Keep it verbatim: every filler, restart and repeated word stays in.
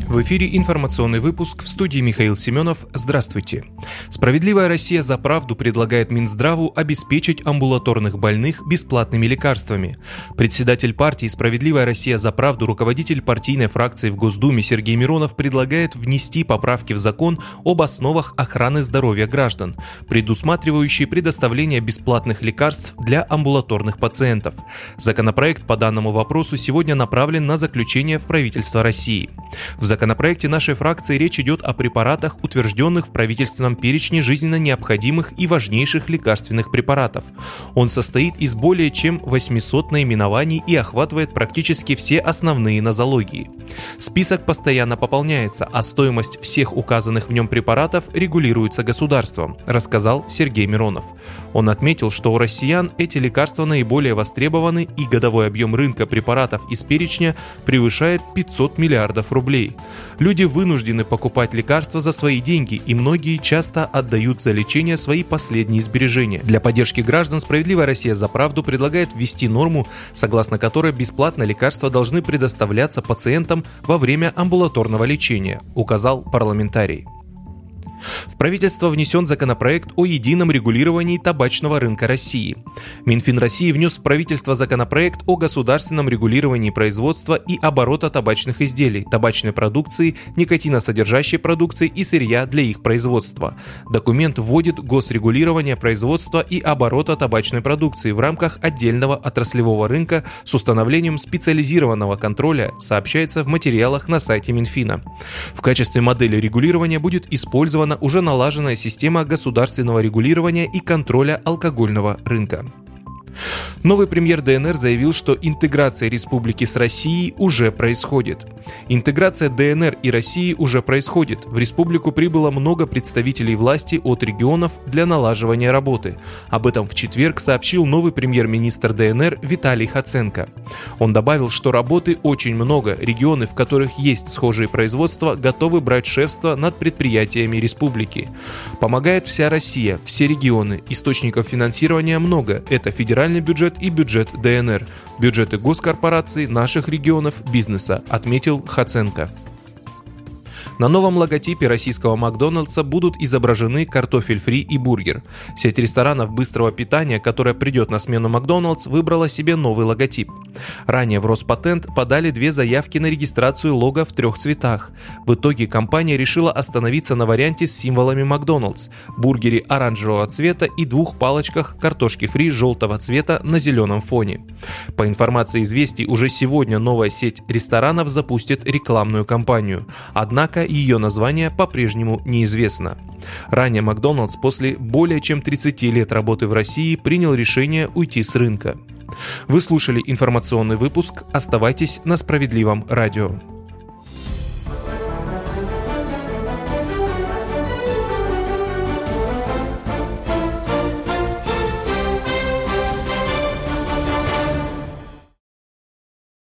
В эфире информационный выпуск, в студии Михаил Семенов. Здравствуйте. «Справедливая Россия за правду» предлагает Минздраву обеспечить амбулаторных больных бесплатными лекарствами. Председатель партии «Справедливая Россия за правду», руководитель партийной фракции в Госдуме Сергей Миронов предлагает внести поправки в закон об основах охраны здоровья граждан, предусматривающие предоставление бесплатных лекарств для амбулаторных пациентов. Законопроект по данному вопросу сегодня направлен на заключение в правительство России. В законопроекте нашей фракции речь идет о препаратах, утвержденных в правительственном перечне жизненно необходимых и важнейших лекарственных препаратов. Он состоит из более чем восьмисот наименований и охватывает практически все основные нозологии. Список постоянно пополняется, а стоимость всех указанных в нем препаратов регулируется государством, рассказал Сергей Миронов. Он отметил, что у россиян эти лекарства наиболее востребованы, и годовой объем рынка препаратов из перечня превышает пятьсот миллиардов рублей. Люди вынуждены покупать лекарства за свои деньги, и многие часто отдают за лечение свои последние сбережения. Для поддержки граждан «Справедливая Россия за правду» предлагает ввести норму, согласно которой бесплатно лекарства должны предоставляться пациентам во время амбулаторного лечения, указал парламентарий. В правительство внесен законопроект о едином регулировании табачного рынка России. Минфин России внес в правительство законопроект о государственном регулировании производства и оборота табачных изделий, табачной продукции, никотиносодержащей продукции и сырья для их производства. Документ вводит госрегулирование производства и оборота табачной продукции в рамках отдельного отраслевого рынка с установлением специализированного контроля, сообщается в материалах на сайте Минфина. В качестве модели регулирования будет использована уже налаженная система государственного регулирования и контроля алкогольного рынка. Новый премьер ДНР заявил, что интеграция республики с Россией уже происходит. Интеграция ДНР и России уже происходит. В республику прибыло много представителей власти от регионов для налаживания работы. Об этом в четверг сообщил новый премьер-министр ДНР Виталий Хоценко. Он добавил, что работы очень много. Регионы, в которых есть схожие производства, готовы брать шефство над предприятиями республики. Помогает вся Россия, все регионы. Источников финансирования много. Это федеральный бюджет и бюджет ДНР, бюджеты госкорпораций, наших регионов, бизнеса, отметил Хоценко. На новом логотипе российского Макдональдса будут изображены картофель фри и бургер. Сеть ресторанов быстрого питания, которая придет на смену Макдональдс, выбрала себе новый логотип. Ранее в Роспатент подали две заявки на регистрацию лого в трех цветах. В итоге компания решила остановиться на варианте с символами Макдональдс, бургере оранжевого цвета и двух палочках картошки фри желтого цвета на зеленом фоне. По информации «Известий», уже сегодня новая сеть ресторанов запустит рекламную кампанию. Однако ее название по-прежнему неизвестно. Ранее Макдональдс после более чем тридцати лет работы в России принял решение уйти с рынка. Вы слушали информационный выпуск. Оставайтесь на Справедливом радио.